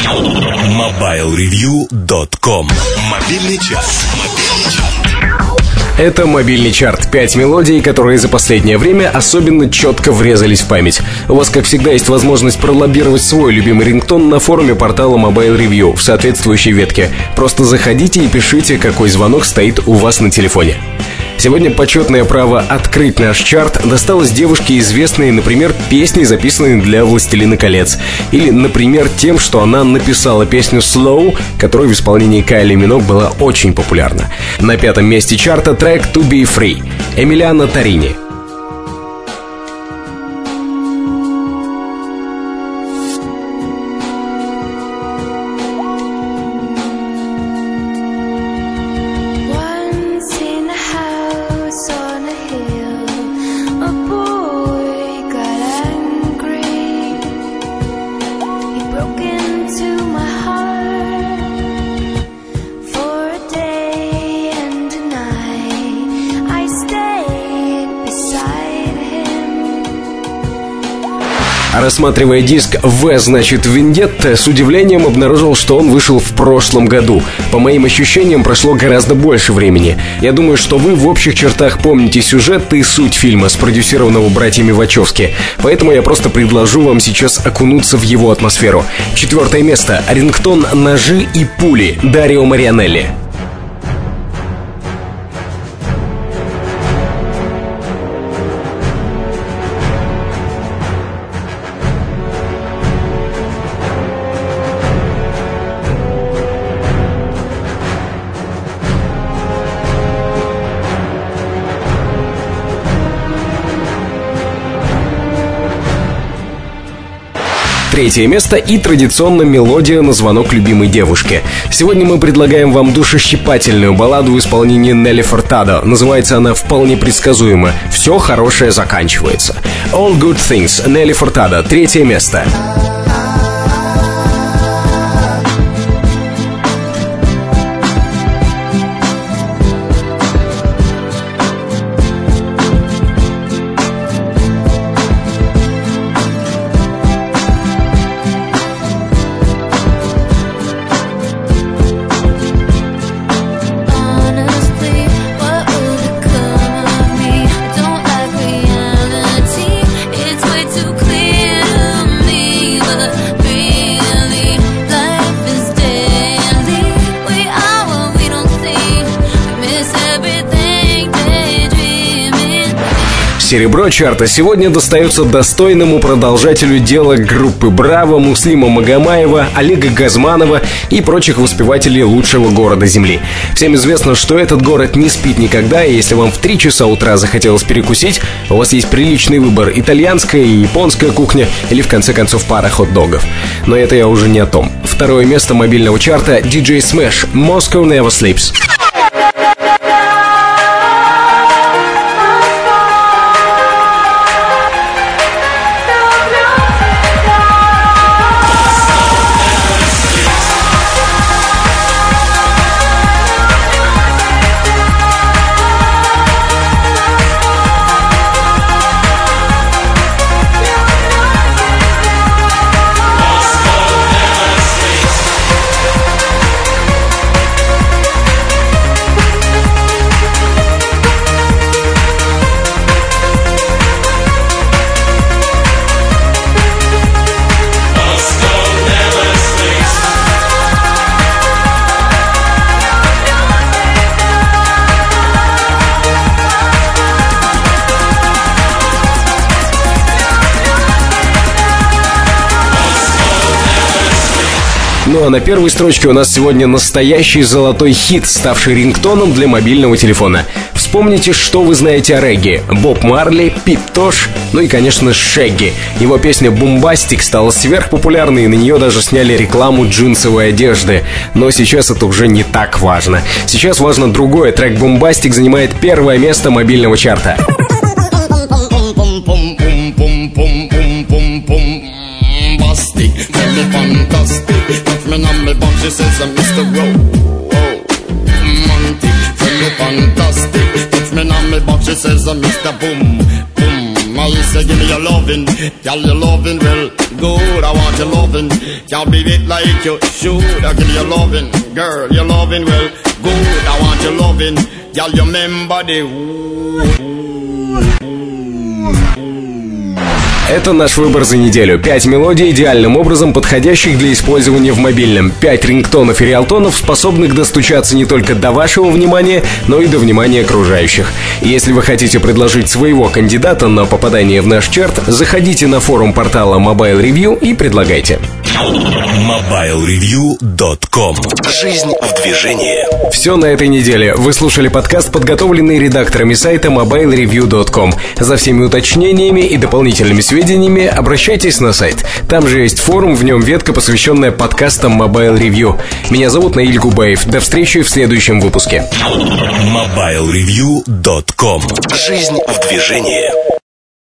MobileReview.com. Мобильный час. Это мобильный чарт. 5 мелодий, которые за последнее время особенно четко врезались в память. У вас, как всегда, есть возможность пролоббировать свой любимый рингтон на форуме портала Mobile Review в соответствующей ветке. Просто заходите и пишите, какой звонок стоит у вас на телефоне. Сегодня почетное право открыть наш чарт досталось девушке, известной, например, песней, записанной для «Властелина колец». Или, например, тем, что она написала песню «Slow», которая в исполнении Кайли Миноуг была очень популярна. На 5-м месте чарта трек «To Be Free» Эмилиано Торини. Рассматривая диск «В» значит «Вендетта», с удивлением обнаружил, что он вышел в прошлом году. По моим ощущениям, прошло гораздо больше времени. Я думаю, что вы в общих чертах помните сюжет и суть фильма, спродюсированного братьями Вачовски. Поэтому я просто предложу вам сейчас окунуться в его атмосферу. 4-е место. Рингтон «Ножи и пули» Дарио Марианелли. Третье место и традиционно мелодия на звонок любимой девушки. Сегодня мы предлагаем вам душещипательную балладу в исполнении Нелли Фуртадо. Называется она вполне предсказуемо «Все хорошее заканчивается». All Good Things, Нелли Фуртадо, 3-е место. Серебро чарта сегодня достается достойному продолжателю дела группы «Браво» Муслима Магомаева, Олега Газманова и прочих воспевателей лучшего города Земли. Всем известно, что этот город не спит никогда, и если вам в 3 часа утра захотелось перекусить, у вас есть приличный выбор: итальянская и японская кухня или, в конце концов, пара хот-догов. Но это я уже не о том. 2-е место мобильного чарта DJ Smash «Moscow Never Sleeps». Ну а на первой строчке у нас сегодня настоящий золотой хит, ставший рингтоном для мобильного телефона. Вспомните, что вы знаете о регги. Боб Марли, Пит Тош, ну и, конечно, Шегги. Его песня «Бомбастик» стала сверхпопулярной, и на нее даже сняли рекламу джинсовой одежды. Но сейчас это уже не так важно. Сейчас важно другое. Трек «Бомбастик» занимает 1-е место мобильного чарта. She says I'm Mr. Romantic, tell me fantastic. Touch me on me back, she says I'm Mr. Boom, boom, My say give me your loving, girl, your loving well good. I want your loving, can't be it like you should. I give me your loving, girl, your loving well good. I want your loving, girl, you remember the Это наш выбор за неделю. 5 мелодий, идеальным образом подходящих для использования в мобильном. 5 рингтонов и риалтонов, способных достучаться не только до вашего внимания, но и до внимания окружающих. И если вы хотите предложить своего кандидата на попадание в наш чарт, заходите на форум портала Mobile Review и предлагайте. MobileReview.com. Жизнь в движении. Все на этой неделе. Вы слушали подкаст, подготовленный редакторами сайта MobileReview.com. За всеми уточнениями и дополнительными сведениями обращайтесь на сайт. Там же есть форум, в нем ветка, посвященная подкастам Mobile Review. Меня зовут Наиль Губаев. До встречи в следующем выпуске. MobileReview.com. Жизнь в движении.